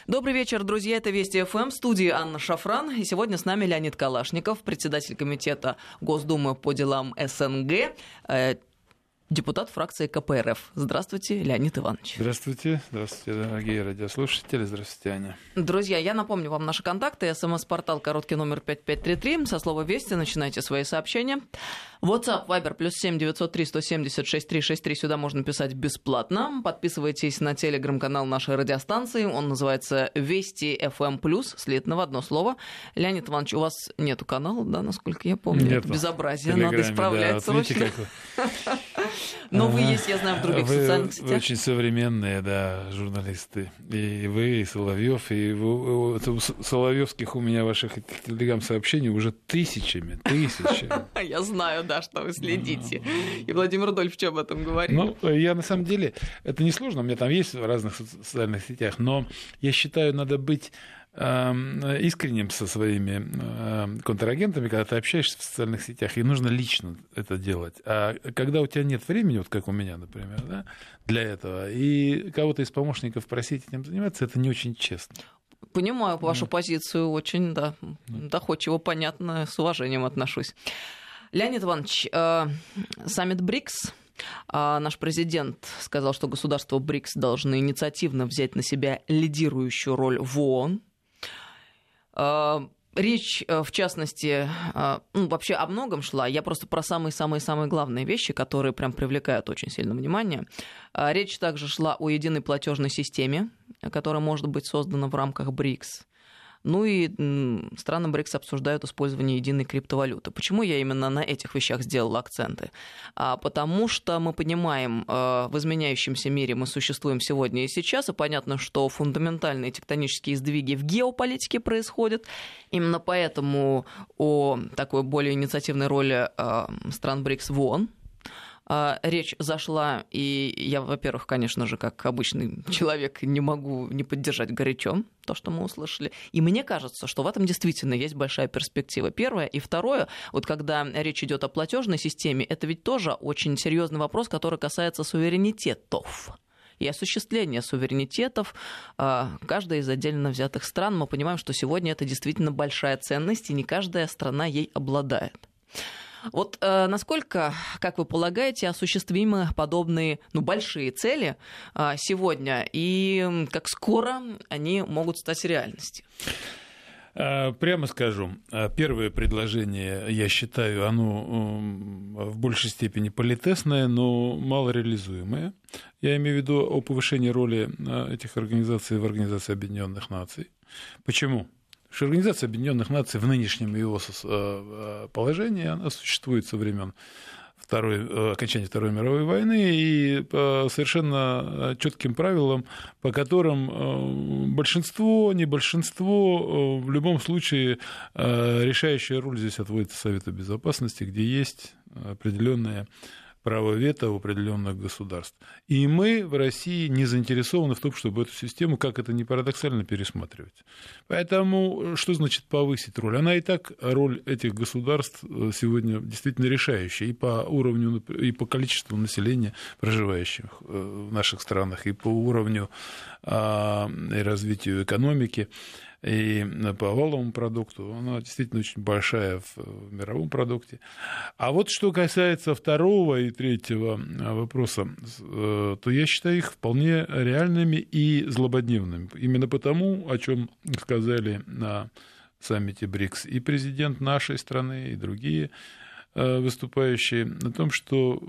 Добрый вечер, друзья. Это Вести ФМ, в студии Анна Шафран. И сегодня с нами Леонид Калашников, председатель комитета Госдумы по делам СНГ, депутат фракции КПРФ. Здравствуйте, Леонид Иванович. Здравствуйте. Здравствуйте, дорогие радиослушатели. Здравствуйте, Аня. Друзья, я напомню вам наши контакты. СМС-портал короткий номер 5533. Со слова «Вести» начинайте свои сообщения. WhatsApp, Viber, +7 903 176 363. Сюда можно писать бесплатно. Подписывайтесь на телеграм-канал нашей радиостанции. Он называется «Вести ФМ+», слитно в одно слово. Леонид Иванович, у вас нету канала, да, насколько я помню? Нету. Это безобразие, надо исправлять, да, срочно. Но вы есть, я знаю, в других социальных сетях. Вы очень современные, да, журналисты. И вы, и Соловьев, и соловьевских у меня ваших телеграм-сообщений уже тысячами. Я знаю, да, что вы следите. И Владимир Рудольфович об этом говорит. Ну, я на самом деле, это несложно, у меня там есть в разных социальных сетях, но я считаю, надо быть искренним со своими контрагентами, когда ты общаешься в социальных сетях, и нужно лично это делать. А когда у тебя нет времени, вот как у меня, например, да, для этого, и кого-то из помощников просить этим заниматься, это не очень честно. Понимаю вашу позицию, очень, да, доходчиво, понятно, с уважением отношусь. Леонид Иванович, саммит БРИКС. Наш президент сказал, что государства БРИКС должны инициативно взять на себя лидирующую роль в ООН. Речь, в частности, вообще о многом шла. Я просто про самые-самые-самые главные вещи, которые прям привлекают очень сильно внимание. Речь также шла о единой платежной системе, которая может быть создана в рамках БРИКС. Ну и страны БРИКС обсуждают использование единой криптовалюты. Почему я именно на этих вещах сделала акценты? Потому что мы понимаем, в изменяющемся мире мы существуем сегодня и сейчас, и понятно, что фундаментальные тектонические сдвиги в геополитике происходят. Именно поэтому о такой более инициативной роли стран БРИКС в ООН речь зашла, и я, во-первых, конечно же, как обычный человек, не могу не поддержать горячо то, что мы услышали. И мне кажется, что в этом действительно есть большая перспектива. Первое. И второе, вот когда речь идет о платежной системе, это ведь тоже очень серьезный вопрос, который касается суверенитетов и осуществления суверенитетов каждой из отдельно взятых стран. Мы понимаем, что сегодня это действительно большая ценность, и не каждая страна ей обладает. Вот насколько, как вы полагаете, осуществимы подобные большие цели сегодня, и как скоро они могут стать реальностью? Прямо скажу, первое предложение, я считаю, оно в большей степени политесное, но малореализуемое. Я имею в виду о повышении роли этих организаций в Организации Объединенных Наций. Почему? Потому что Организация Объединенных Наций в нынешнем его положении, она существует со времен окончания Второй мировой войны и по совершенно четким правилам, по которым большинство, не большинство, в любом случае решающая роль здесь отводится Совету Безопасности, где есть определенная право вето у определенных государств. И мы в России не заинтересованы в том, чтобы эту систему, как это ни парадоксально, пересматривать. Поэтому что значит повысить роль? Она и так, роль этих государств сегодня действительно решающая и по уровню, и по количеству населения, проживающих в наших странах, и по уровню и развитию экономики, и по валовому продукту, она действительно очень большая в мировом продукте. А вот что касается второго и третьего вопроса, то я считаю их вполне реальными и злободневными. Именно потому, о чем сказали на саммите БРИКС и президент нашей страны, и другие выступающие, о том, что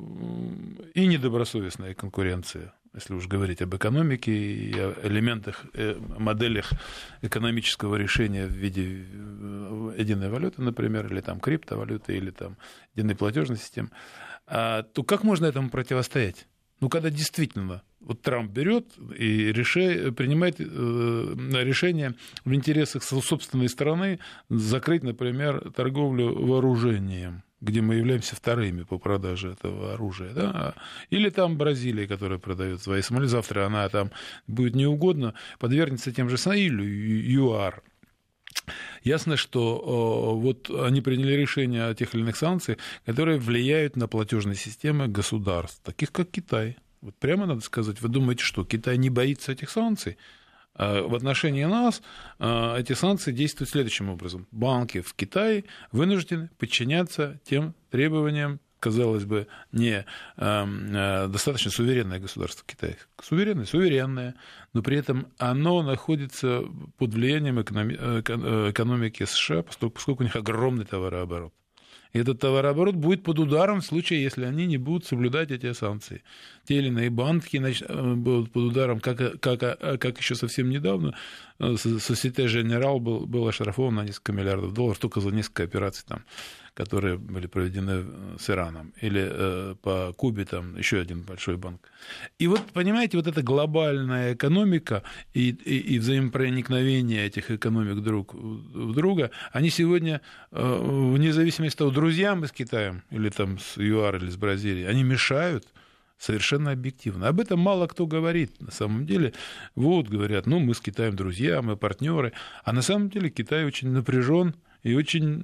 и недобросовестная конкуренция, если уж говорить об экономике и о элементах, моделях экономического решения в виде единой валюты, например, или там криптовалюты, или там единой платежной системы, то как можно этому противостоять? Когда действительно вот Трамп берет и принимает решение в интересах собственной страны закрыть, например, торговлю вооружением, где мы являемся вторыми по продаже этого оружия, да? Или там Бразилия, которая продает свои самолеты, завтра она там будет неугодно, подвергнется тем же самым, или ЮАР. Ясно, что вот они приняли решение о тех или иных санкциях, которые влияют на платежные системы государств, таких как Китай. Вот прямо надо сказать, вы думаете, что Китай не боится этих санкций? В отношении нас эти санкции действуют следующим образом. Банки в Китае вынуждены подчиняться тем требованиям, казалось бы, не достаточно суверенное государство Китай. Суверенное, но при этом оно находится под влиянием экономики США, поскольку у них огромный товарооборот. И этот товарооборот будет под ударом в случае, если они не будут соблюдать эти санкции. Те или иные банки будут под ударом, как еще совсем недавно Société Générale был оштрафован на несколько миллиардов долларов только за несколько операций, там, которые были проведены с Ираном. Или по Кубе там еще один большой банк. И вот, понимаете, вот эта глобальная экономика и взаимопроникновение этих экономик друг в друга, они сегодня, вне зависимости от того, друзья мы с Китаем, или там с ЮАР, или с Бразилией, они мешают совершенно объективно. Об этом мало кто говорит. На самом деле, вот, говорят, мы с Китаем друзья, мы партнеры. А на самом деле Китай очень напряжен и очень,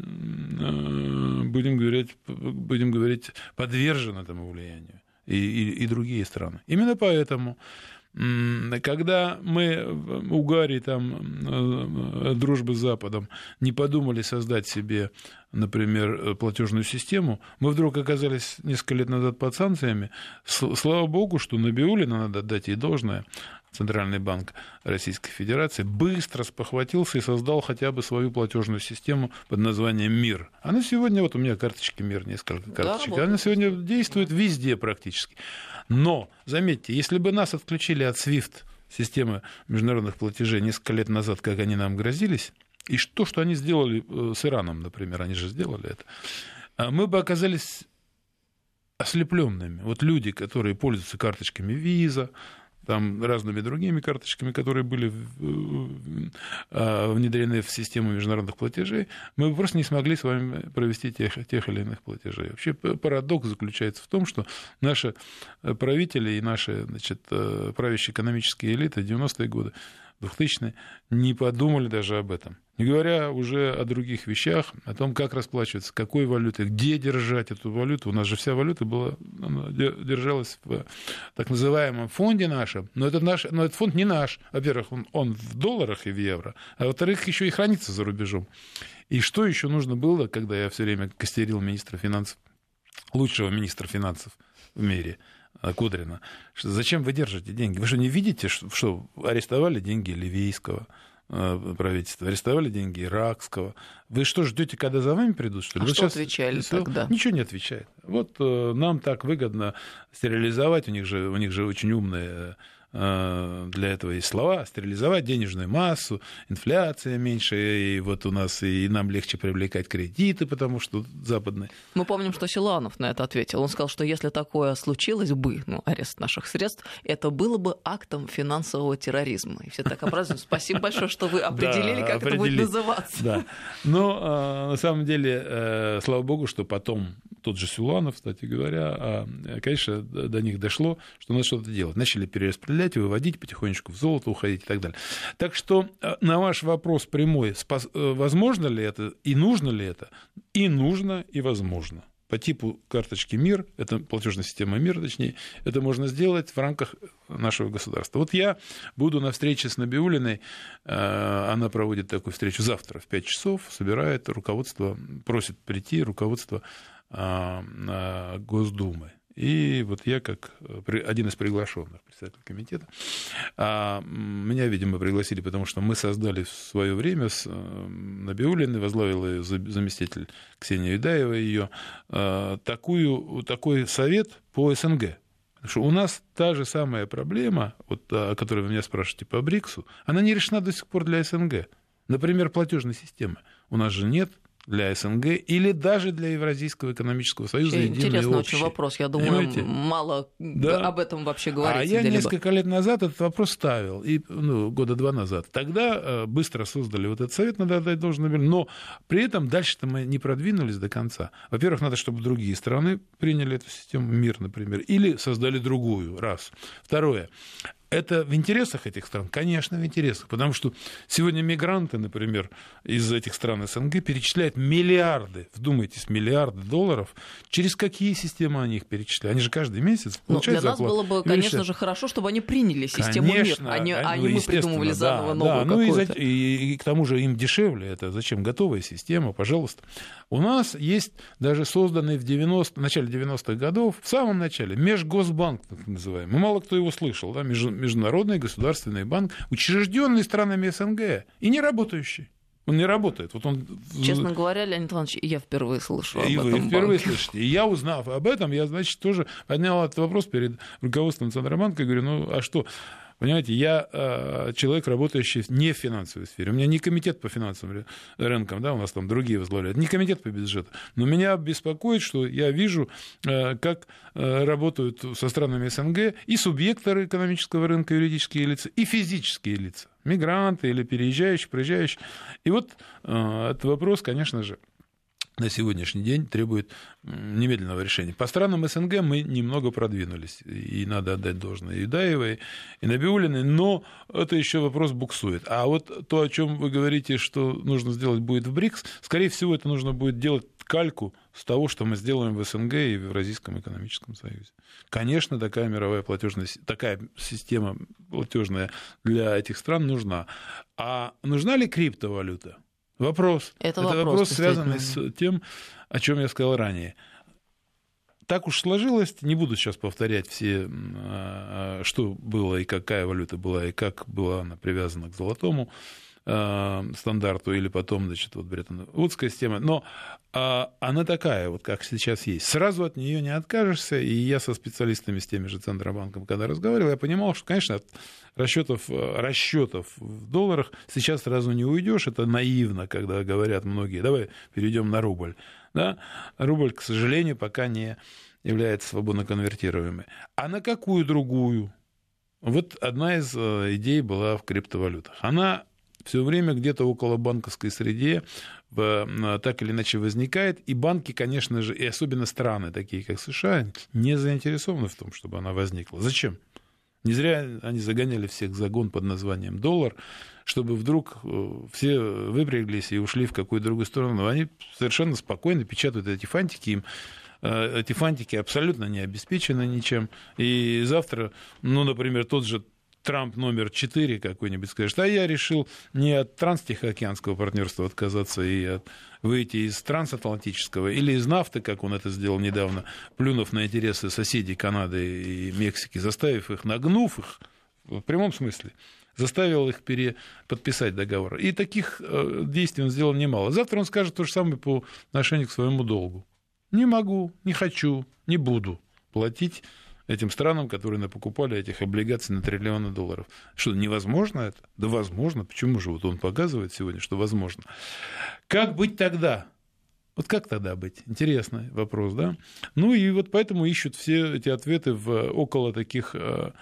будем говорить, подвержен этому влиянию. И другие страны. Именно поэтому, когда мы в угаре дружбы с Западом не подумали создать себе, например, платежную систему, мы вдруг оказались несколько лет назад под санкциями. Слава богу, что Набиуллина, надо отдать ей должное, Центральный банк Российской Федерации, быстро спохватился и создал хотя бы свою платежную систему под названием МИР. Она сегодня, вот у меня карточки МИР, несколько карточек, она сегодня действует везде практически. Но, заметьте, если бы нас отключили от SWIFT, системы международных платежей, несколько лет назад, как они нам грозились, и то, что они сделали с Ираном, например, они же сделали это, мы бы оказались ослепленными. Вот люди, которые пользуются карточками Visa, там разными другими карточками, которые были внедрены в систему международных платежей, мы бы просто не смогли с вами провести тех или иных платежей. Вообще парадокс заключается в том, что наши правители и наши, правящие экономические элиты 90-е годы, 2000-е, не подумали даже об этом. Не говоря уже о других вещах, о том, как расплачиваться, какой валютой, где держать эту валюту. У нас же вся валюта держалась в так называемом фонде нашем. Но этот фонд не наш. Во-первых, он в долларах и в евро, а во-вторых, еще и хранится за рубежом. И что еще нужно было, когда я все время костерил министра финансов, лучшего министра финансов в мире, Кудрина, что зачем вы держите деньги? Вы что, не видите, что арестовали деньги ливийского правительства, арестовали деньги иракского? Вы что, ждете, когда за вами придут? Что ли? А что отвечали тогда? Ничего не отвечает. Вот нам так выгодно стерилизовать, у них же очень умные для этого есть слова: стерилизовать денежную массу, инфляция меньше, и вот у нас и нам легче привлекать кредиты, потому что западные. Мы помним, что Силуанов на это ответил. Он сказал, что если такое случилось бы, арест наших средств, это было бы актом финансового терроризма. И все так образуют. Спасибо большое, что вы определили, как это будет называться. Да. Но на самом деле, слава богу, что потом тот же Силуанов, кстати говоря, конечно, до них дошло, что надо что-то делать. Начали перераспределять, выводить потихонечку в золото, уходить и так далее. Так что на ваш вопрос прямой, возможно ли это и нужно ли это? И нужно, и возможно. По типу карточки МИР, это платежная система МИР, точнее, это можно сделать в рамках нашего государства. Вот я буду на встрече с Набиуллиной, она проводит такую встречу завтра в 5 часов, собирает руководство, просит прийти руководство Госдумы. И вот я, как один из приглашенных председателей комитета, меня, видимо, пригласили, потому что мы создали в свое время с Набиуллиной, возглавил ее заместитель Ксения Юдаева, ее такой совет по СНГ. Потому что у нас та же самая проблема, вот, о которой вы меня спрашиваете по БРИКСу, она не решена до сих пор для СНГ. Например, платежной системы. У нас же нет для СНГ или даже для Евразийского экономического союза. Интересный очень вопрос. Я думаю, понимаете? Мало об этом вообще говорится. А я несколько лет назад этот вопрос ставил, года 2 назад. Тогда быстро создали вот этот совет, надо отдать должное, но при этом дальше-то мы не продвинулись до конца. Во-первых, надо, чтобы другие страны приняли эту систему, МИР, например, или создали другую, раз. Второе. Это в интересах этих стран? Конечно, в интересах. Потому что сегодня мигранты, например, из этих стран СНГ перечисляют миллиарды, вдумайтесь, миллиарды долларов. Через какие системы они их перечисляют? Они же каждый месяц получают зарплату. Для нас было бы, конечно же, хорошо, чтобы они приняли систему МИР, а не мы придумывали заново новую какую-то. И к тому же им дешевле это. Зачем? Готовая система, пожалуйста. У нас есть даже созданный в начале 90-х годов, в самом начале, Межгосбанк, так называемый. Мало кто его слышал, да? Международный государственный банк, учрежденный странами СНГ и не работающий. Он не работает. Вот он... Честно говоря, Леонид Иванович, я впервые слышу об этом. И вы впервые слышите. И я, узнав об этом, я, значит, тоже поднял этот вопрос перед руководством Центробанка и говорю, ну а что... Понимаете, я человек, работающий не в финансовой сфере. У меня не комитет по финансовым рынкам, да, у нас там другие возглавляют, не комитет по бюджету. Но меня беспокоит, что я вижу, как работают со странами СНГ и субъекты экономического рынка, юридические лица, и физические лица, мигранты или переезжающие, проезжающие. И вот этот вопрос, конечно же, на сегодняшний день требует немедленного решения. По странам СНГ мы немного продвинулись, и надо отдать должное и Юдаевой, и Набиуллиной, но это еще вопрос буксует. А вот то, о чем вы говорите, что нужно сделать будет в БРИКС, скорее всего, это нужно будет делать кальку с того, что мы сделаем в СНГ и в Евразийском экономическом союзе. Конечно, такая мировая платежная, такая система платежная для этих стран нужна. А нужна ли криптовалюта? Вопрос. Это вопрос, связанный с тем, о чем я сказал ранее. Так уж сложилось, не буду сейчас повторять все, что было и какая валюта была, и как была она привязана к золотому стандарту, или потом, значит, вот Бреттон-Вудская система, но она такая, вот как сейчас есть. Сразу от нее не откажешься, и я со специалистами, с теми же Центробанком, когда разговаривал, я понимал, что, конечно, от расчетов в долларах сейчас сразу не уйдешь, это наивно, когда говорят многие, давай перейдем на рубль. Да? Рубль, к сожалению, пока не является свободно конвертируемой. А на какую другую? Вот одна из идей была в криптовалютах. Она все время где-то около банковской среде так или иначе возникает, и банки, конечно же, и особенно страны, такие как США, не заинтересованы в том, чтобы она возникла. Зачем? Не зря они загоняли всех в загон под названием доллар, чтобы вдруг все выпряглись и ушли в какую-то другую сторону. Но они совершенно спокойно печатают эти фантики, им эти фантики абсолютно не обеспечены ничем. И завтра, ну, например, тот же Трамп номер 4 какой-нибудь скажет, а я решил не от транстихоокеанского партнерства отказаться и выйти из трансатлантического или из нафты, как он это сделал недавно, плюнув на интересы соседей Канады и Мексики, заставив их, нагнув их, в прямом смысле, заставил их переподписать договор. И таких действий он сделал немало. Завтра он скажет то же самое по отношению к своему долгу. Не могу, не хочу, не буду платить этим странам, которые напокупали этих облигаций на триллионы долларов. Что, невозможно это? Да возможно. Почему же? Вот он показывает сегодня, что возможно. Как быть тогда? Вот как тогда быть? Интересный вопрос, да? Ну и вот поэтому ищут все эти ответы в около таких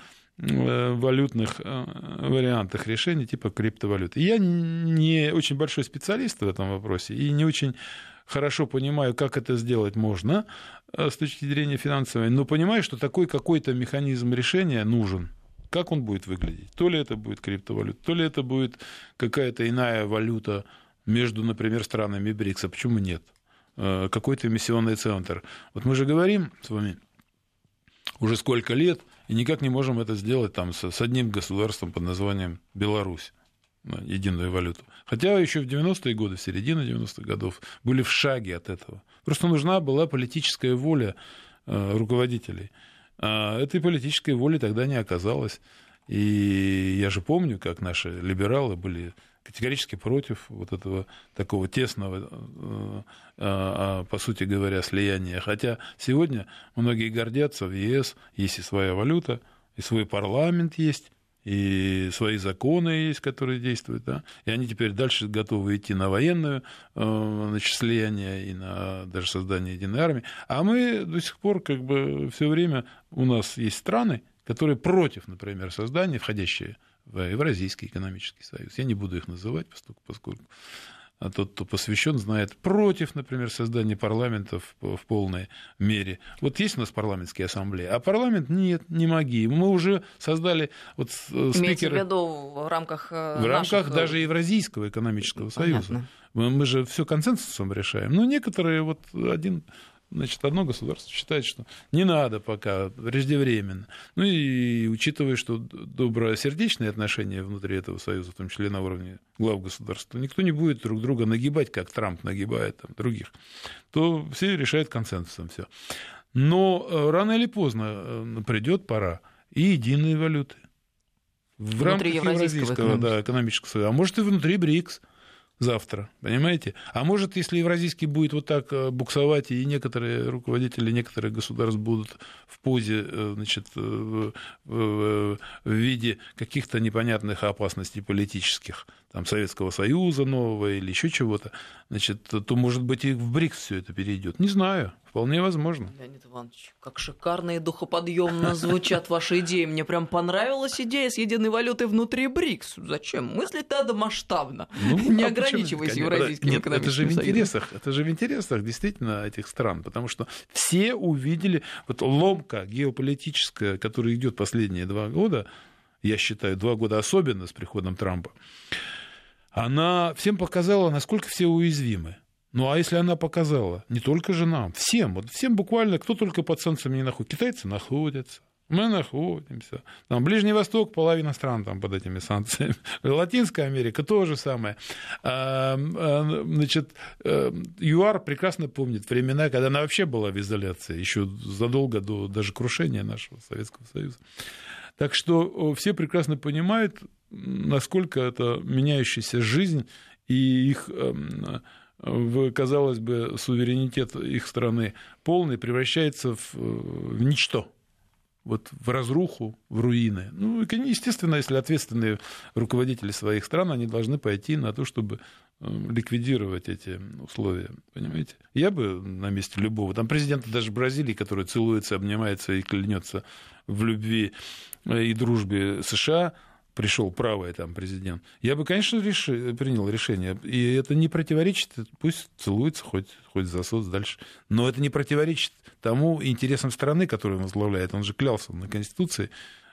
валютных вариантах решений типа криптовалюты. Я не очень большой специалист в этом вопросе и не очень хорошо понимаю, как это сделать можно с точки зрения финансовой, но понимаю, что такой какой-то механизм решения нужен. Как он будет выглядеть? То ли это будет криптовалюта, то ли это будет какая-то иная валюта между, например, странами БРИКСа. Почему нет? Какой-то эмиссионный центр. Вот мы же говорим с вами уже сколько лет, и никак не можем это сделать там, с одним государством под названием Беларусь. Единую валюту. Хотя еще в 90-е годы, в середине 90-х годов, были в шаге от этого. Просто нужна была политическая воля руководителей. А этой политической воли тогда не оказалось. И я же помню, как наши либералы были категорически против вот этого такого тесного, по сути говоря, слияния. Хотя сегодня многие гордятся, в ЕС есть и своя валюта, и свой парламент есть, и свои законы есть, которые действуют, да? И они теперь дальше готовы идти на военное слияние и на даже создание единой армии. А мы до сих пор как бы все время, у нас есть страны, которые против, например, создания, входящие в Евразийский экономический союз. Я не буду их называть, поскольку а тот, кто посвящен, знает, против, например, создания парламентов в полной мере. Вот есть у нас парламентские ассамблеи, а парламент нет, не моги. Мы уже создали вот спикеры... Имеется в виду в рамках наших... даже Евразийского экономического союза. Мы же все консенсусом решаем. Но некоторые, вот одно государство считает, что не надо пока, преждевременно. Ну и учитывая, что добросердечные отношения внутри этого союза, в том числе на уровне глав государства, никто не будет друг друга нагибать, как Трамп нагибает там, других, то все решают консенсусом все. Но рано или поздно придет пора и единой валюты. В рамках Евразийского экономического союза, а может и внутри БРИКС. Завтра, понимаете? А может, если Евразийский будет вот так буксовать, и некоторые руководители некоторых государств будут в позе, значит, в виде каких-то непонятных опасностей политических, там, Советского Союза нового или еще чего-то, значит, то, может быть, и в БРИКС все это перейдет. Не знаю, вполне возможно. Леонид Иванович, как шикарно и духоподъемно звучат ваши идеи. Мне прям понравилась идея с единой валютой внутри БРИКС. Зачем? Мыслить надо масштабно, не ограничиваясь Евразийским экономическим союзом. Это же в интересах действительно этих стран, потому что все увидели вот ломка геополитическая, которая идет последние 2 года, я считаю, 2 года особенно с приходом Трампа, она всем показала, насколько все уязвимы. Ну, а если она показала, не только же нам, всем, вот всем буквально, кто только под санкциями не находится. Китайцы находятся, мы находимся. Там Ближний Восток, половина стран там под этими санкциями. Латинская Америка то же самое. Значит, ЮАР прекрасно помнит времена, когда она вообще была в изоляции, еще задолго до даже крушения нашего Советского Союза. Так что все прекрасно понимают, насколько это меняющаяся жизнь и их, казалось бы, суверенитет их страны полный превращается в ничто, вот в разруху, в руины. Ну, естественно, если ответственные руководители своих стран, они должны пойти на то, чтобы ликвидировать эти условия, понимаете? Я бы на месте любого, там президента даже Бразилии, который целуется, обнимается и клянется в любви и дружбе США, пришел правый там президент, я бы, конечно, принял решение. И это не противоречит, пусть целуется хоть засос дальше. Но это не противоречит тому интересам страны, которую он возглавляет. Он же клялся на Конституции,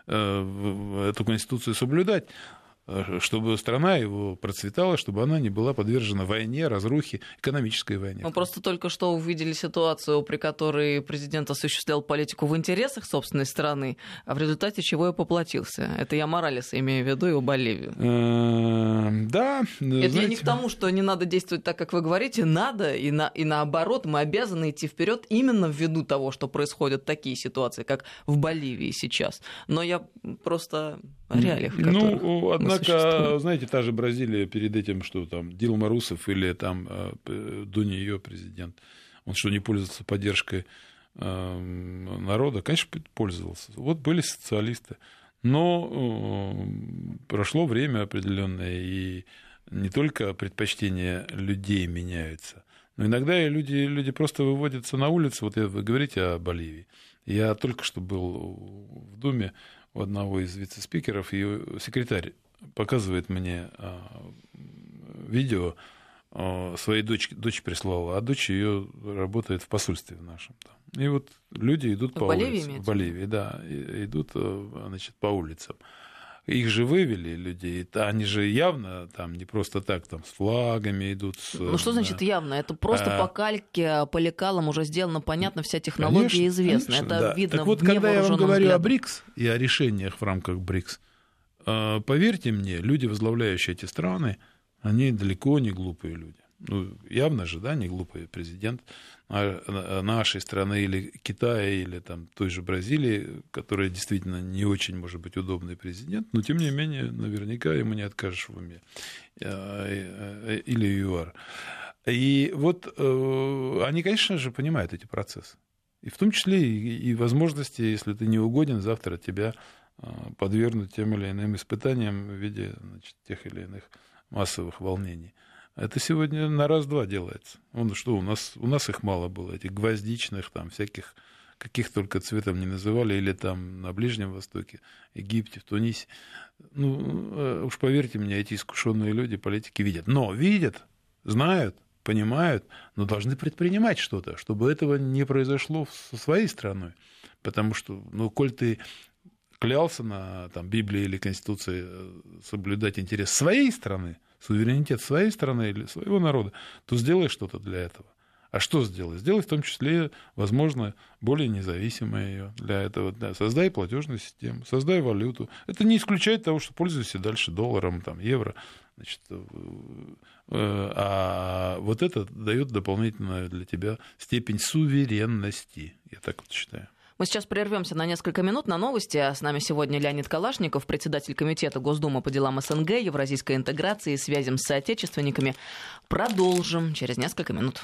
эту Конституцию соблюдать, чтобы страна его процветала, чтобы она не была подвержена войне, разрухе, экономической войне. Мы просто только что увидели ситуацию, при которой президент осуществлял политику в интересах собственной страны, а в результате чего и поплатился. Это я Моралеса имею в виду, его Боливию. Да. Это я не к тому, что не надо действовать так, как вы говорите, надо, и наоборот, мы обязаны идти вперед именно ввиду того, что происходят такие ситуации, как в Боливии сейчас. Но я просто о реалиях, однако, знаете, та же Бразилия перед этим, что там Дилма Русефф или там до нее президент, он что, не пользовался поддержкой народа? Конечно, пользовался. Вот были социалисты. Но прошло время определенное, и не только предпочтения людей меняются, но иногда и люди просто выводятся на улицу. Вот вы говорите о Боливии. Я только что был в Думе у одного из вице-спикеров, и секретарь показывает мне видео, своей дочь прислала, а дочь ее работает в посольстве в нашем. И вот люди идут по улицам. В Боливии, да, идут, значит, по улицам. Их же вывели людей, они же явно там не просто так там с флагами идут. Ну что значит явно? Это просто по кальке, по лекалам уже сделано, понятно, вся технология известна. Конечно, это да. видно. Так вот, когда я вам говорю о БРИКС и о решениях в рамках БРИКС, поверьте мне, люди, возглавляющие эти страны, они далеко не глупые люди. Ну, явно же, да, не глупый президент нашей страны или Китая, или там той же Бразилии, которая действительно не очень, может быть, удобный президент, но, тем не менее, наверняка ему не откажешь в уме. Или ЮАР. И вот они, конечно же, понимают эти процессы. И в том числе и возможности, если ты не угоден, завтра тебя подвергнуть тем или иным испытаниям в виде, значит, тех или иных массовых волнений. Это сегодня на раз-два делается. Что, у нас их мало было, этих гвоздичных, там, всяких, каких только цветов не называли, или там на Ближнем Востоке, Египте, в Тунисе. Ну, уж поверьте мне, эти искушенные люди, политики видят. Но видят знают, понимают, но должны предпринимать что-то, чтобы этого не произошло со своей страной. Потому что, коль ты клялся на Библии или Конституции соблюдать интерес своей страны, суверенитет своей страны или своего народа, то сделай что-то для этого. А что сделай? Сделай в том числе, возможно, более независимое ее для этого. Да. Создай платежную систему, создай валюту. Это не исключает того, что пользуйся дальше долларом, евро. Значит, а вот это дает дополнительную для тебя степень суверенности. Я так вот считаю. Мы сейчас прервемся на несколько минут на новости. С нами сегодня Леонид Калашников, председатель комитета Госдумы по делам СНГ, евразийской интеграции и связям с соотечественниками. Продолжим через несколько минут.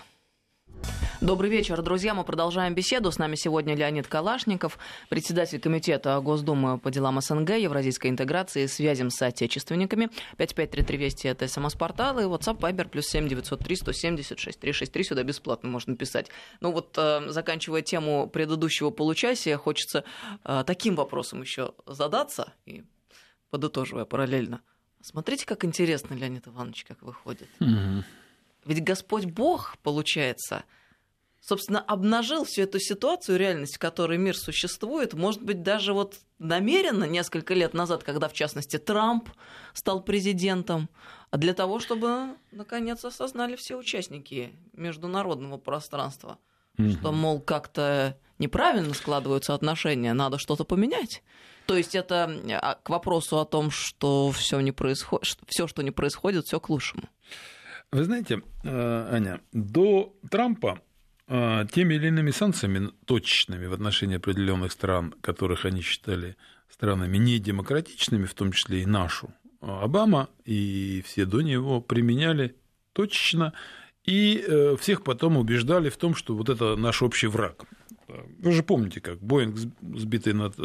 Добрый вечер, друзья. Мы продолжаем беседу. С нами сегодня Леонид Калашников, председатель комитета Госдумы по делам СНГ, евразийской интеграции и связям с соотечественниками. 553320 это СМС-портал и WhatsApp Viber +7 903 176 363. Сюда бесплатно можно писать. Заканчивая тему предыдущего получасия, хочется таким вопросом еще задаться и подытоживая параллельно. Смотрите, как интересно, Леонид Иванович, как выходит. Ведь Господь Бог, получается, собственно, обнажил всю эту ситуацию, реальность, в которой мир существует, может быть, даже намеренно несколько лет назад, когда, в частности, Трамп стал президентом, для того, чтобы, наконец, осознали все участники международного пространства, что, мол, как-то неправильно складываются отношения, надо что-то поменять. То есть это к вопросу о том, что все, что не происходит, все к лучшему. Вы знаете, Аня, до Трампа теми или иными санкциями точечными в отношении определенных стран, которых они считали странами недемократичными, в том числе и нашу, Обама и все до него применяли точечно и всех потом убеждали в том, что вот это наш общий враг. Вы же помните, как Боинг, сбитый над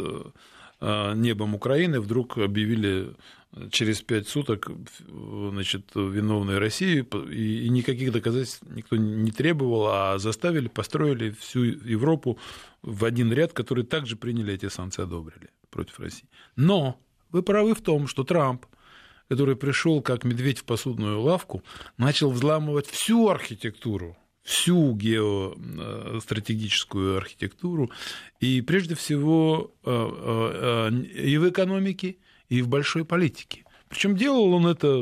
небом Украины, вдруг объявили через 5 суток виновной Россию, и никаких доказательств никто не требовал, а заставили, построили всю Европу в один ряд, которые также приняли эти санкции, одобрили против России. Но вы правы в том, что Трамп, который пришел как медведь в посудную лавку, начал взламывать всю архитектуру, всю геостратегическую архитектуру, и прежде всего и в экономике, и в большой политике. Причем делал он это,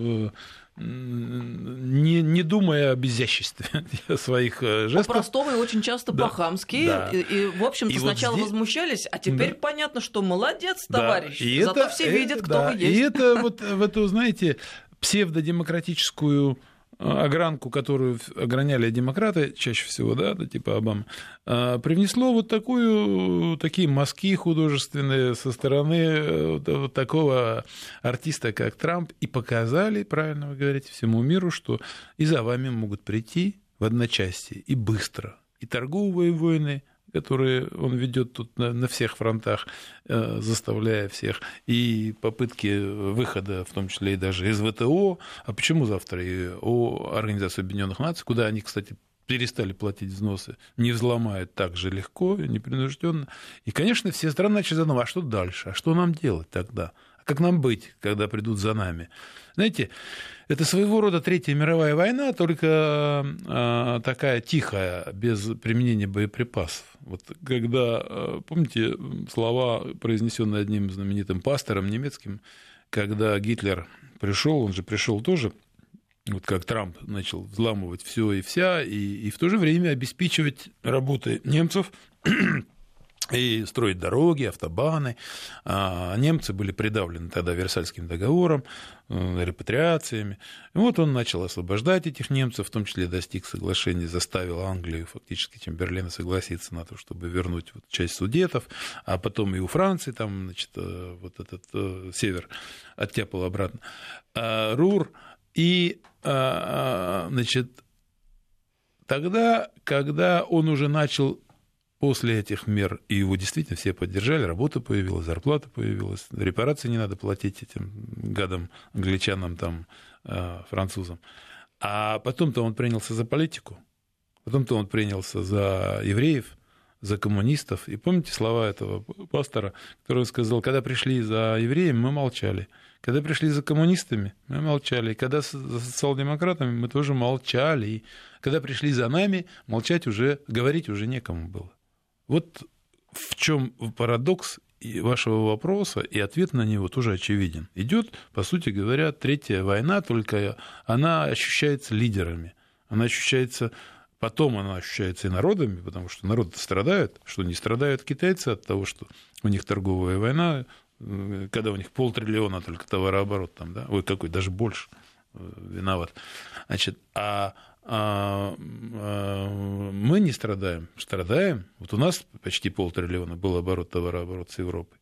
не думая об изяществе своих жестов. По-простому и очень часто по-хамски. Да. И, в общем-то, и сначала возмущались, а теперь понятно, что молодец, товарищ, да. Зато все видят, кто вы есть. И это в эту, знаете, псевдодемократическую огранку, которую ограняли демократы, чаще всего, типа Обамы, привнесло такие мазки художественные со стороны такого артиста, как Трамп, и показали, правильно вы говорите, всему миру, что и за вами могут прийти в одночасье, и быстро, и торговые войны, которые он ведет тут на всех фронтах, заставляя всех, и попытки выхода, в том числе и даже из ВТО, а почему завтра и Организацию Объединенных Наций, куда они, кстати, перестали платить взносы, не взломают так же легко, непринужденно. И, конечно, все страны начали задумывать, а что дальше, а что нам делать тогда? А как нам быть, когда придут за нами? Знаете, это своего рода Третья мировая война, только такая тихая, без применения боеприпасов. Когда, помните, слова, произнесенные одним знаменитым пастором немецким, когда Гитлер пришел, он же пришел тоже, как Трамп начал взламывать все и вся, и в то же время обеспечивать работы немцев и строить дороги, автобаны. Немцы были придавлены тогда Версальским договором, репатриациями. И он начал освобождать этих немцев, в том числе достиг соглашения, заставил Англию, фактически Чемберлена, согласиться на то, чтобы вернуть часть Судетов, а потом и у Франции там, этот север оттяпал обратно. Рур. И, тогда, когда он уже начал после этих мер, и его действительно все поддержали, работа появилась, зарплата появилась, репарации не надо платить этим гадам, англичанам, французам. А потом-то он принялся за политику, потом-то он принялся за евреев, за коммунистов. И помните слова этого пастора, который сказал, когда пришли за евреями, мы молчали. Когда пришли за коммунистами, мы молчали. И когда за социал-демократами, мы тоже молчали. И когда пришли за нами, молчать уже, говорить уже некому было. Вот в чем парадокс вашего вопроса, и ответ на него тоже очевиден. Идет, по сути говоря, третья война, только она ощущается лидерами. Она ощущается, потом она ощущается и народами, потому что народы страдают, что не страдают китайцы от того, что у них торговая война, когда у них 500 billion только товарооборот, там, да? Ой, какой, даже больше, виноват. Значит, мы не страдаем. Страдаем. Вот у нас почти 500 billion был товарооборот с Европой.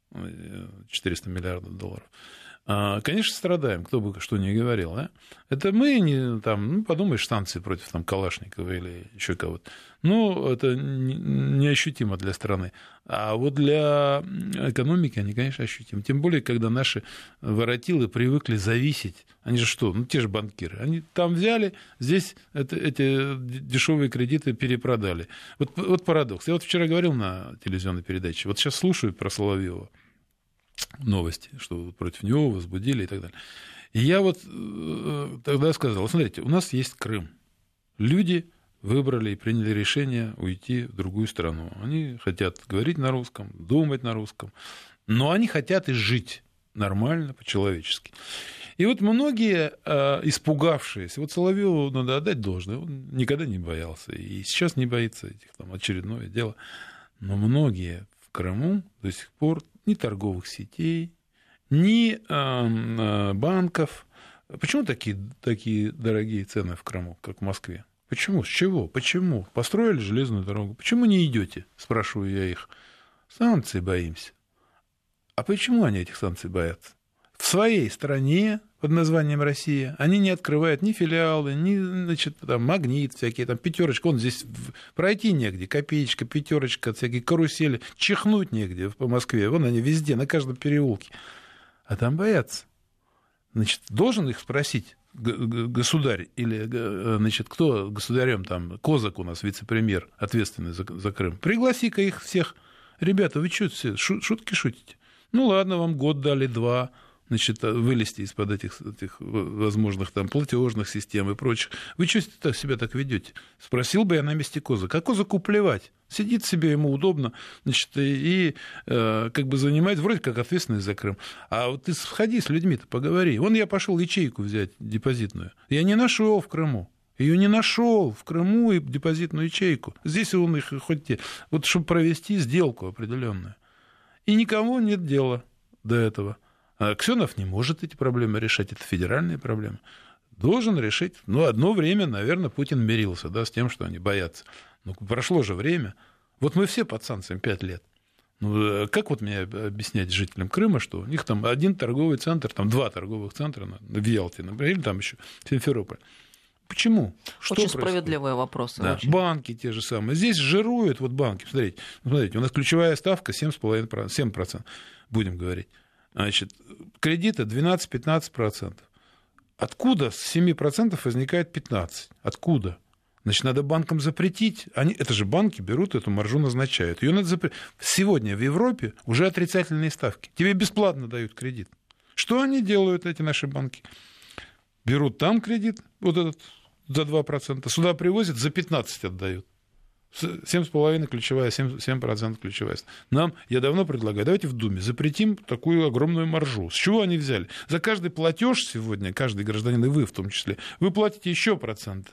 400 миллиардов долларов. Конечно, страдаем, кто бы что ни говорил. Да? Это мы, не, там, подумаешь, санкции против там, Калашникова или еще кого-то. Ну, это неощутимо для страны. А вот для экономики они, конечно, ощутимы. Тем более, когда наши воротилы привыкли зависеть. Они же что? Ну, те же банкиры. Они там взяли, здесь эти дешевые кредиты перепродали. Вот парадокс. Я вот вчера говорил на телевизионной передаче. Вот сейчас слушаю про Соловьева новости, что против него возбудили и так далее. И я вот тогда сказал, смотрите, у нас есть Крым. Люди выбрали и приняли решение уйти в другую страну. Они хотят говорить на русском, думать на русском, но они хотят и жить нормально, по-человечески. И вот многие, испугавшиеся, вот Соловьеву надо отдать должное, он никогда не боялся, и сейчас не боится этих там очередное дело, но многие в Крыму до сих пор ни торговых сетей, ни банков. Почему такие дорогие цены в Крыму, как в Москве? Почему? С чего? Почему? Построили железную дорогу. Почему не идете? Спрашиваю я их. Санкций боимся. А почему они этих санкций боятся? В своей стране под названием Россия они не открывают ни филиалы, ни, значит, там, Магнит, всякие там пятерочка. Вон здесь пройти негде, копеечка, пятерочка, всякие карусели, чихнуть негде по Москве. Вон они везде, на каждом переулке. А там боятся. Значит, должен их спросить государь или, значит, кто государем там, Козак у нас, вице-премьер, ответственный за Крым. Пригласи-ка их всех. Ребята, вы что все шутки шутите? Ну ладно, вам год дали, 2. Значит, вылезти из-под этих возможных там платежных систем и прочих. Вы что себя так ведете? Спросил бы я на месте Козака. А Козаку плевать. Сидит себе, ему удобно, значит, и как бы занимает вроде как ответственность за Крым. А вот ты сходи с людьми-то, поговори. Вон я пошел ячейку взять депозитную. Я не нашел в Крыму. Ее не нашел в Крыму и депозитную ячейку. Здесь он их хоть те. Вот чтобы провести сделку определенную. И никому нет дела до этого. Аксенов не может эти проблемы решать, это федеральные проблемы. Должен решить. Ну, одно время, наверное, Путин мирился, да, с тем, что они боятся. Но прошло же время. Вот мы все под санкциями 5 лет. Ну, как вот мне объяснять жителям Крыма, что у них там один торговый центр, там 2 торговых центра в Ялте, например, или там еще в Симферополе. Почему? Что очень происходит? Справедливые вопросы. Да. Банки те же самые. Здесь жируют вот банки. Смотрите, у нас ключевая ставка 7,5%, 7%, будем говорить. Значит, кредиты 12-15%. Откуда с 7% возникает 15%? Откуда? Значит, надо банкам запретить. Это же банки берут эту маржу, назначают. Ее надо запретить. Сегодня в Европе уже отрицательные ставки. Тебе бесплатно дают кредит. Что они делают, эти наши банки? Берут там кредит, вот этот за 2%, сюда привозят, за 15% отдают. 7,5 ключевая, 7% ключевая. Нам, я давно предлагаю, давайте в Думе запретим такую огромную маржу. С чего они взяли? За каждый платеж сегодня, каждый гражданин, и вы в том числе, вы платите еще проценты.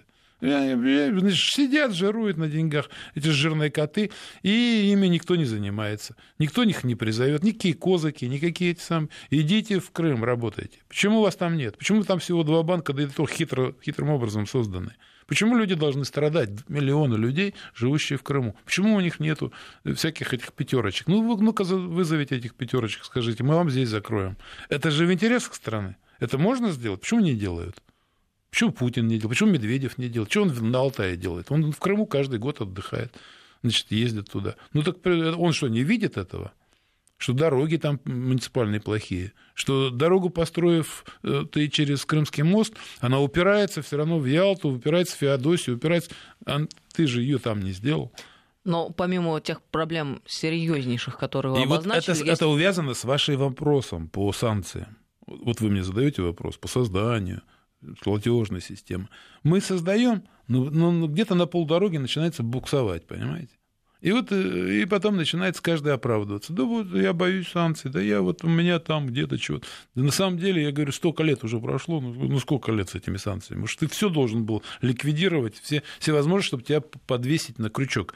Сидят, жируют на деньгах эти жирные коты, и ими никто не занимается. Никто их не призовет, никакие козаки, никакие эти самые. Идите в Крым, работайте. Почему вас там нет? Почему там всего 2 банка, да и то хитрым образом созданы? Почему люди должны страдать, миллионы людей, живущие в Крыму? Почему у них нету всяких этих пятерочек? Ну-ка вызовите этих пятерочек, скажите, мы вам здесь закроем. Это же в интересах страны. Это можно сделать? Почему не делают? Почему Путин не делает? Почему Медведев не делает? Что он на Алтае делает? Он в Крыму каждый год отдыхает, значит, ездит туда. Ну так он что, не видит этого? Что дороги там муниципальные плохие, что дорогу, построив ты через Крымский мост, она упирается все равно в Ялту, упирается в Феодосию, упирается... Ты же ее там не сделал. Но помимо тех проблем серьезнейших, которые вы обозначили... Вот это увязано с вашим вопросом по санкциям. вот вы мне задаете вопрос по созданию платежной системы. Мы создаем, но где-то на полдороги начинается буксовать, понимаете? И потом начинается каждый оправдываться. Да вот я боюсь санкций, да я вот у меня там где-то чего-то. Да на самом деле, я говорю, столько лет уже прошло, сколько лет с этими санкциями? Может, ты все должен был ликвидировать, все возможности, чтобы тебя подвесить на крючок.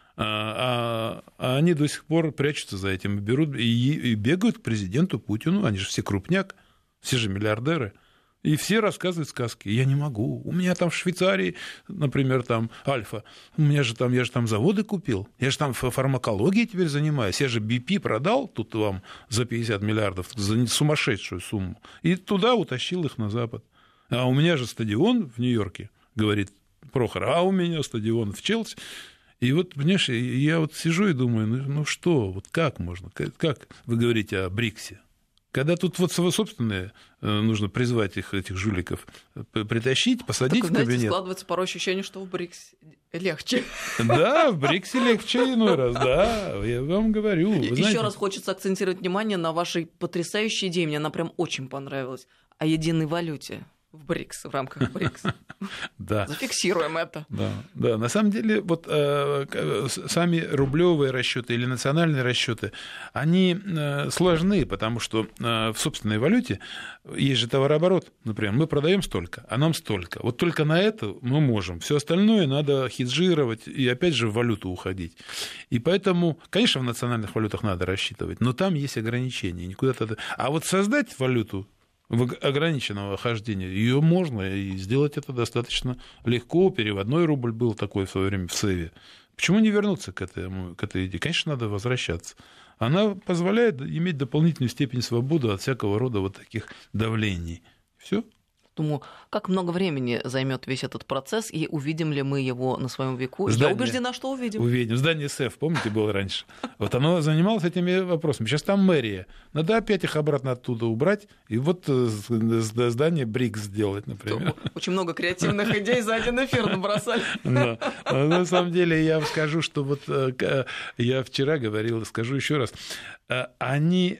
А они до сих пор прячутся за этим, берут и бегают к президенту Путину, они же все крупняк, все же миллиардеры. И все рассказывают сказки. Я не могу. У меня там в Швейцарии, например, там Альфа. Я же там заводы купил. Я же там фармакологией теперь занимаюсь. Я же BP продал тут вам за 50 миллиардов, за сумасшедшую сумму. И туда утащил их на Запад. А у меня же стадион в Нью-Йорке, говорит Прохор, а у меня стадион в Челси. И вот, понимаешь, я вот сижу и думаю, ну что, вот как можно, как вы говорите о БРИКСе? Когда тут вот собственное нужно призвать этих жуликов, притащить, посадить в кабинет. Знаете, складывается порой ощущение, что в БРИКС легче. Да, в БРИКСе легче иной раз, да, я вам говорю. Еще раз хочется акцентировать внимание на вашей потрясающей идее, мне она прям очень понравилась, о единой валюте. В БРИКС, в рамках БРИКС. Да. Зафиксируем это. Да, на самом деле, вот сами рублевые расчеты или национальные расчеты, они сложны, потому что в собственной валюте есть же товарооборот. Например, мы продаем столько, а нам столько. Вот только на это мы можем. Все остальное надо хеджировать и опять же в валюту уходить. И поэтому, конечно, в национальных валютах надо рассчитывать, но там есть ограничения. А вот создать валюту в ограниченного хождения, ее можно, и сделать это достаточно легко. Переводной рубль был такой в свое время в СЭВе. Почему не вернуться к этой идее? Конечно, надо возвращаться. Она позволяет иметь дополнительную степень свободы от всякого рода вот таких давлений. Все. Думаю, как много времени займет весь этот процесс, и увидим ли мы его на своем веку? Я убеждена, что увидим. Увидим. Здание СЭФ, помните, было раньше? Вот оно занималось этими вопросами. Сейчас там мэрия. Надо опять их обратно оттуда убрать, и вот здание БРИКС сделать, например. Очень много креативных идей за один эфир набросали. На самом деле, я вам скажу, что вот я вчера говорил, скажу еще раз, они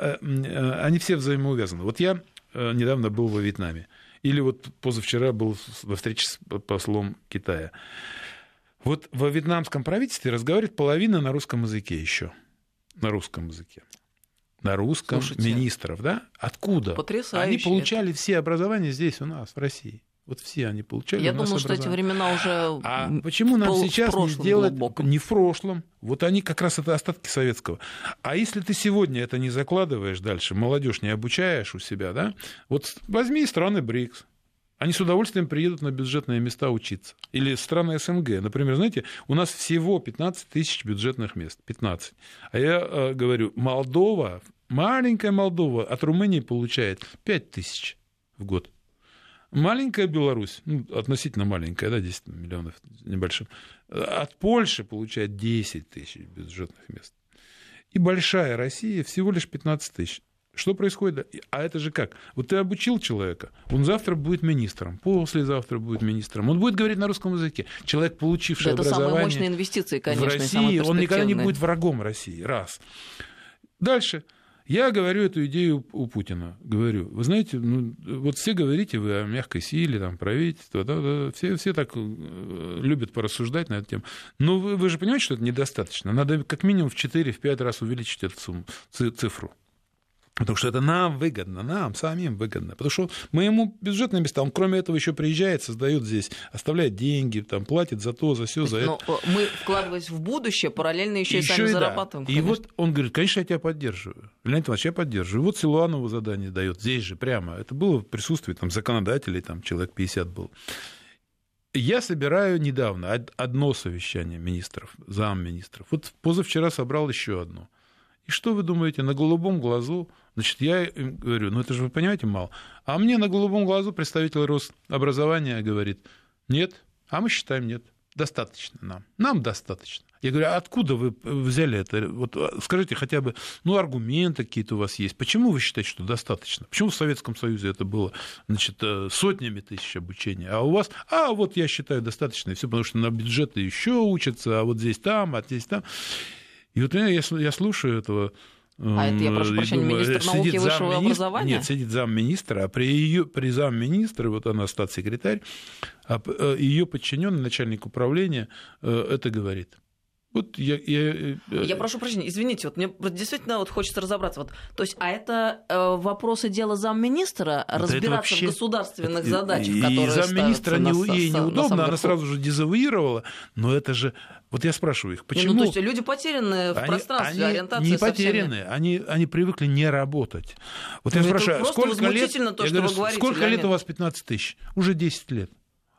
все взаимоувязаны. Вот я недавно был во Вьетнаме. Или вот позавчера был во встрече с послом Китая. Вот во вьетнамском правительстве разговаривает половина на русском языке еще. На русском языке. На русском. Слушайте, министров, да? Откуда? Потрясающе. Они получали все образования здесь у нас, в России. Вот все они получали. Я думаю, что эти времена уже А почему нам сейчас не сделать не в прошлом? Вот они как раз это остатки советского. А если ты сегодня это не закладываешь дальше, молодежь не обучаешь у себя, да? Вот возьми страны БРИКС. Они с удовольствием приедут на бюджетные места учиться. Или страны СНГ. Например, знаете, у нас всего 15 тысяч бюджетных мест. 15. А я говорю, Молдова, маленькая Молдова от Румынии получает 5 тысяч в год. Маленькая Беларусь, относительно маленькая, да, 10 миллионов небольшим, от Польши получает 10 тысяч бюджетных мест. И большая Россия всего лишь 15 тысяч. Что происходит? А это же как? Вот ты обучил человека, он завтра будет министром, послезавтра будет министром, он будет говорить на русском языке. Человек, получивший образование самые мощные инвестиции, конечно, в России, он никогда не будет врагом России. Раз. Дальше. Я говорю эту идею у Путина. Говорю, вы знаете, вот все говорите вы о мягкой силе, там, правительства, да, все так любят порассуждать на эту тему. Но вы же понимаете, что это недостаточно. Надо как минимум в 4-5 раз увеличить эту цифру. Потому что это нам выгодно, нам самим выгодно. Потому что мы ему бюджетные места, он кроме этого еще приезжает, создает здесь, оставляет деньги, там, платит за то, за все, за это. Но мы, вкладываясь в будущее, параллельно еще и сами зарабатываем. И вот он говорит, конечно, я тебя поддерживаю. Леонид Иванович, я поддерживаю. Вот Силуанову задание дает здесь же прямо. Это было в присутствии там, законодателей, там человек 50 был. Я собираю недавно одно совещание министров, замминистров. Вот позавчера собрал еще одно. И что вы думаете, на голубом глазу, значит, я им говорю, это же вы понимаете мало. А мне на голубом глазу представитель Рособразования говорит, нет, а мы считаем нет, достаточно нам достаточно. Я говорю, а откуда вы взяли это? Вот скажите хотя бы, аргументы какие-то у вас есть. Почему вы считаете, что достаточно? Почему в Советском Союзе это было, значит, сотнями тысяч обучения, а у вас, вот я считаю достаточно, и все, потому что на бюджеты еще учатся, а вот здесь там, а здесь там. И вот я слушаю этого А это, я прошу прощения, министр науки и высшего образования? Нет, сидит замминистра, а при замминистра, вот она статс-секретарь, ее подчиненный начальник управления это говорит. Вот я прошу прощения, извините, вот мне действительно вот хочется разобраться. Вот, то есть, а это вопросы дела замминистра, разбираться вообще в государственных задачах, которые ставятся замминистра ей неудобно, она сразу же дезавуировала, но это же... Вот я спрашиваю их, почему... то есть люди потеряны в пространстве, ориентация не потеряны, они привыкли не работать. Вот я спрашиваю, сколько лет у вас 15 тысяч? Уже 10 лет.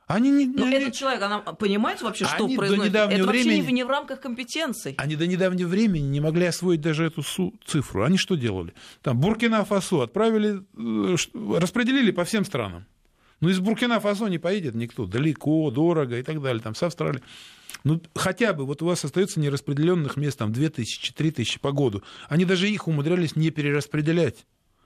Этот человек, она понимает вообще, что происходит? Это вообще не в рамках компетенций. Они до недавнего времени не могли освоить даже эту цифру. Они что делали? Там Буркина-Фасо отправили, распределили по всем странам. Но из Буркина-Фасо не поедет никто. Далеко, дорого и так далее. Там с Австралии. Хотя бы вот у вас остается нераспределенных мест, там 2000, 3000 по году. Они даже их умудрялись не перераспределять.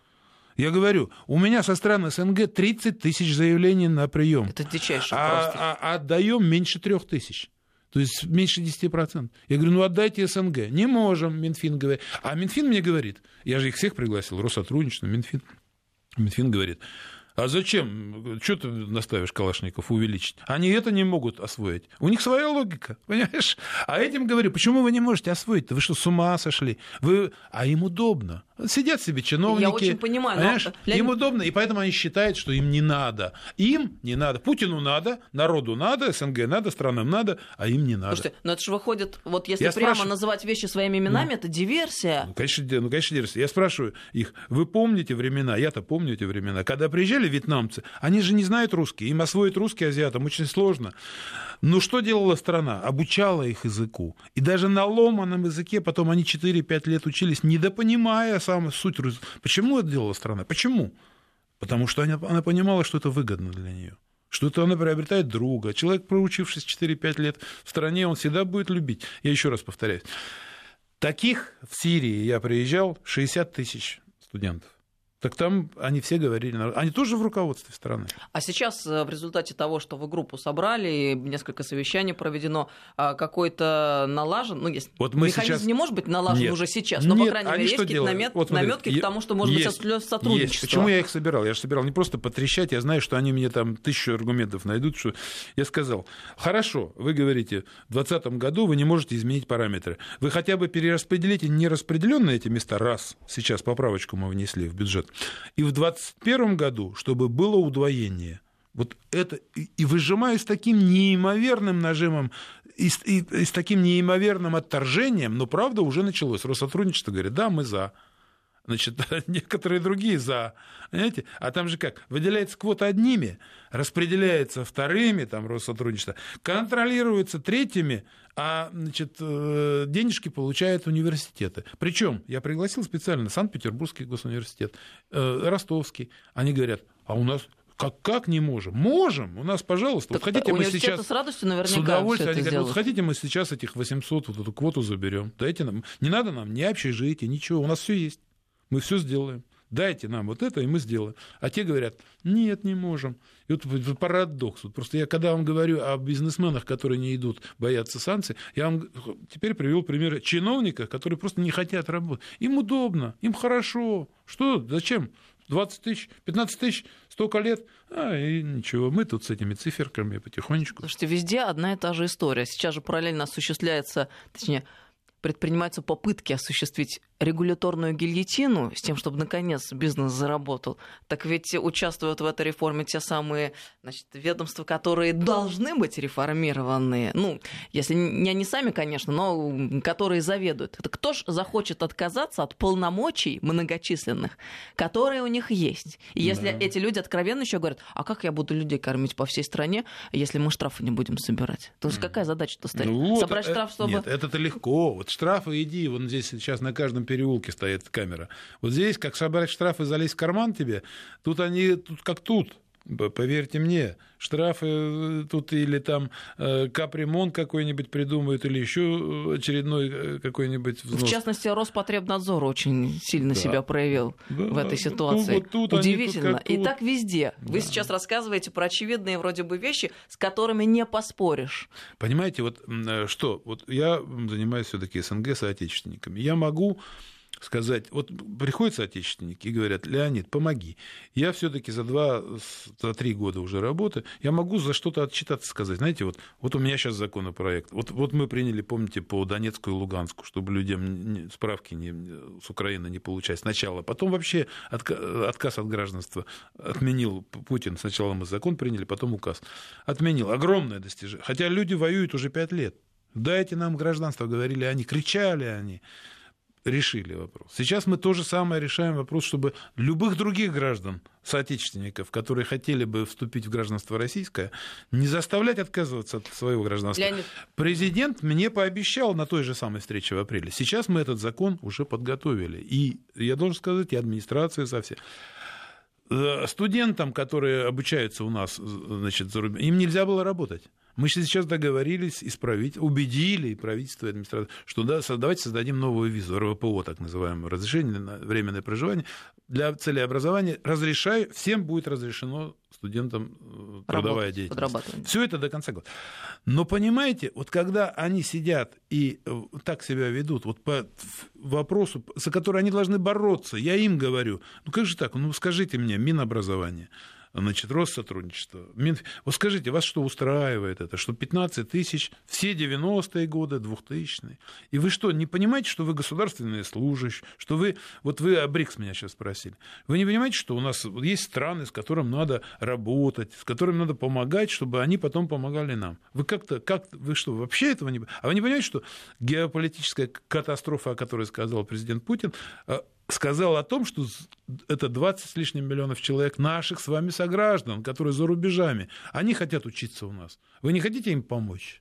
Я говорю, у меня со стран СНГ 30 тысяч заявлений на прием. Это дичайше просто. А отдаем меньше 3000. То есть меньше 10%. Я говорю, отдайте СНГ. Не можем, Минфин говорит. А Минфин мне говорит, я же их всех пригласил, Россотрудничество, Минфин. Минфин говорит, а зачем? Что ты наставишь Калашников увеличить? Они это не могут освоить. У них своя логика, понимаешь? А этим говорю, почему вы не можете освоить-то? Вы что, с ума сошли? А им удобно. Сидят себе чиновники. Я очень понимаю. Им удобно, и поэтому они считают, что им не надо. Им не надо. Путину надо, народу надо, СНГ надо, странам надо, а им не надо. Слушайте, это же выходит, вот если прямо называть вещи своими именами, это диверсия. Конечно, диверсия. Я спрашиваю их, вы помните времена, я-то помню эти времена, когда приезжали вьетнамцы, они же не знают русский, им освоить русский азиатам очень сложно. Но что делала страна? Обучала их языку. И даже на ломаном языке потом они 4-5 лет учились, недопонимая самую суть. Почему это делала страна? Почему? Потому что она понимала, что это выгодно для нее. Что это она приобретает друга. Человек, проучившись 4-5 лет в стране, он всегда будет любить. Я еще раз повторяюсь. Таких в Сирии я приезжал 60 тысяч студентов. Так там они все говорили, они тоже в руководстве страны. А сейчас в результате того, что вы группу собрали, несколько совещаний проведено, какой-то налажен, если механизм сейчас... не может быть налажен уже сейчас, но, по крайней мере, есть какие-то наметки к тому, что может быть сотрудничество. Есть. Почему я их собирал? Я же собирал не просто потрещать, я знаю, что они мне там 1000 аргументов найдут, что я сказал, хорошо, вы говорите, в 2020 году вы не можете изменить параметры. Вы хотя бы перераспределите нераспределенные эти места, раз, сейчас поправочку мы внесли в бюджет, и в 2021 году, чтобы было удвоение. Вот это и выжимаю с таким неимоверным нажимом, и с таким неимоверным отторжением, но правда уже началось. Россотрудничество говорит, да, мы за. Значит, некоторые другие за. Понимаете? А там же как? Выделяется квота одними, распределяется вторыми, там Россотрудничество, контролируется третьими, а значит, денежки получают университеты. Причем я пригласил специально Санкт-Петербургский госуниверситет, Ростовский. Они говорят, а у нас... Как не можем? Можем. У нас, пожалуйста. Так вот хотите мы сейчас... с радостью наверняка с удовольствием. Они говорят, хотите мы сейчас этих 800, вот эту квоту заберем. Дайте нам. Не надо нам ни общежития, ничего. У нас все есть. Мы все сделаем. Дайте нам вот это, и мы сделаем. А те говорят, нет, не можем. И вот парадокс. Вот просто я, когда вам говорю о бизнесменах, которые не идут, боятся санкций, я вам теперь привел пример чиновников, которые просто не хотят работать. Им удобно, им хорошо. Что? Зачем? 20 тысяч, 15 тысяч, столько лет, и ничего, мы тут с этими циферками потихонечку. Слушайте, везде одна и та же история. Сейчас же параллельно осуществляется, точнее, предпринимаются попытки осуществить регуляторную гильотину с тем, чтобы, наконец, бизнес заработал. Так ведь участвуют в этой реформе те самые, значит, ведомства, которые должны быть реформированы. Если не они сами, конечно, но которые заведуют. Это кто ж захочет отказаться от полномочий многочисленных, которые у них есть? И если эти люди откровенно еще говорят, а как я буду людей кормить по всей стране, если мы штрафы не будем собирать? То есть какая задача-то стоит? Собрать штраф, чтобы... Нет, это легко. Вот штрафы иди, вон здесь сейчас на каждом переулке стоит камера. Вот здесь, как собрать штрафы и залезть в карман тебе, тут как тут. Поверьте мне, штрафы тут или там капремонт какой-нибудь придумают, или еще очередной какой-нибудь взнос. В частности, Роспотребнадзор очень сильно себя проявил в этой ситуации. Удивительно. И так везде. Вы сейчас рассказываете про очевидные вроде бы вещи, с которыми не поспоришь. Понимаете, вот что? Вот я занимаюсь все-таки СНГ соотечественниками. Я могу сказать, вот приходят соотечественники и говорят: Леонид, помоги. Я все-таки за 3 года уже работы, я могу за что-то отчитаться, сказать. Знаете, вот у меня сейчас законопроект. Вот мы приняли, помните, по Донецку и Луганску, чтобы людям справки с Украины не получать сначала. Потом вообще отказ от гражданства отменил Путин. Сначала мы закон приняли, потом указ. Отменил. Огромное достижение. Хотя люди воюют уже 5 лет. Дайте нам гражданство, говорили они, кричали они. Решили вопрос. Сейчас мы то же самое решаем вопрос, чтобы любых других граждан, соотечественников, которые хотели бы вступить в гражданство российское, не заставлять отказываться от своего гражданства. Леонид. Президент мне пообещал на той же самой встрече в апреле. Сейчас мы этот закон уже подготовили. И я должен сказать, и администрация совсем. Студентам, которые обучаются у нас, значит, за рубежом, им нельзя было работать. Мы сейчас договорились убедили и правительство, и администрацию, что давайте создадим новую визу, РВПО, так называемое, разрешение на временное проживание. Для целей образования всем будет разрешено студентам трудовая деятельность. Все это до конца года. Но понимаете, вот когда они сидят и так себя ведут, вот по вопросу, за который они должны бороться, я им говорю, ну как же так, ну скажите мне, Минобразование, значит, Россотрудничество. Вот скажите, вас что устраивает это? Что 15 тысяч, все 90-е годы, 2000-е? И вы что, не понимаете, что вы государственные служащие? Что вы о БРИКС меня сейчас спросили. Вы не понимаете, что у нас есть страны, с которыми надо работать, с которыми надо помогать, чтобы они потом помогали нам? Вы вы что, вообще этого не понимаете? А вы не понимаете, что геополитическая катастрофа, о которой сказал президент Путин, сказал о том, что это 20 с лишним миллионов человек, наших с вами сограждан, которые за рубежами. Они хотят учиться у нас. Вы не хотите им помочь?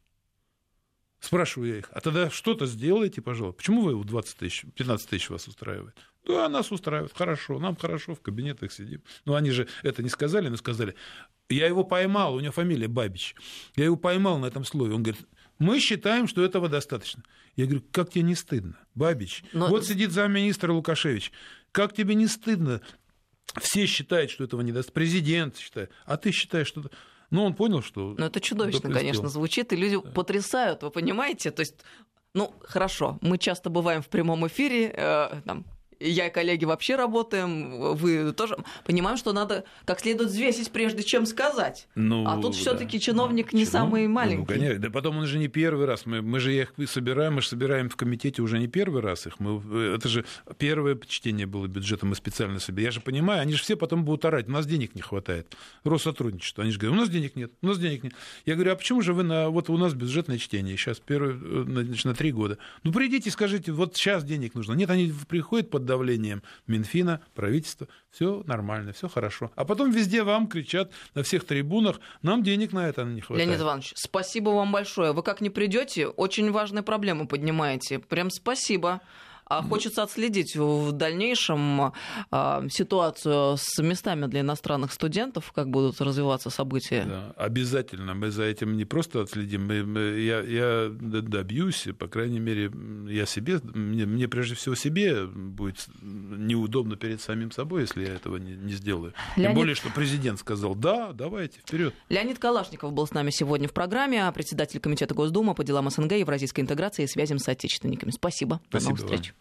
Спрашиваю я их. А тогда что-то сделайте, пожалуйста. Почему вы 20 тысяч, 15 тысяч вас устраивает? Да, нас устраивает. Хорошо, нам хорошо, в кабинетах сидим. Но они же это не сказали, но сказали, я его поймал, у него фамилия Бабич. Я его поймал на этом слове. Он говорит, мы считаем, что этого достаточно. Я говорю, как тебе не стыдно, Бабич? Вот сидит замминистра Лукашевич. Как тебе не стыдно? Все считают, что этого недостаточно. Президент считает. А ты считаешь, что... Ну, он понял, что... Ну, это чудовищно, конечно, звучит, и люди потрясают, вы понимаете? То есть, хорошо, мы часто бываем в прямом эфире, я и коллеги вообще работаем, вы тоже понимаем, что надо как следует взвесить, прежде чем сказать. А тут все-таки чиновник не самый маленький. Ну, конечно. Да потом он же не первый раз. Мы же их собираем, в комитете уже не первый раз их. Это же первое чтение было бюджета, мы специально собирали. Я же понимаю, они же все потом будут орать, у нас денег не хватает. Россотрудничество. Они же говорят, у нас денег нет. Я говорю, а почему же вы вот у нас бюджетное чтение, сейчас на 3 года. Ну, придите и скажите, вот сейчас денег нужно. Нет, они приходят под давлением Минфина, правительства, все нормально, все хорошо. А потом везде вам кричат на всех трибунах, нам денег на это не хватает. Леонид Иванович, спасибо вам большое. Вы как не придете, очень важные проблемы поднимаете. Прям спасибо. А хочется отследить в дальнейшем ситуацию с местами для иностранных студентов, как будут развиваться события. Да, обязательно. Мы за этим не просто отследим. Я добьюсь, по крайней мере, мне прежде всего себе будет неудобно перед самим собой, если я этого не сделаю. Тем более, что президент сказал, да, давайте, вперед. Леонид Калашников был с нами сегодня в программе, председатель Комитета Госдумы по делам СНГ, евразийской интеграции и связям с отечественниками. Спасибо. До новых встреч.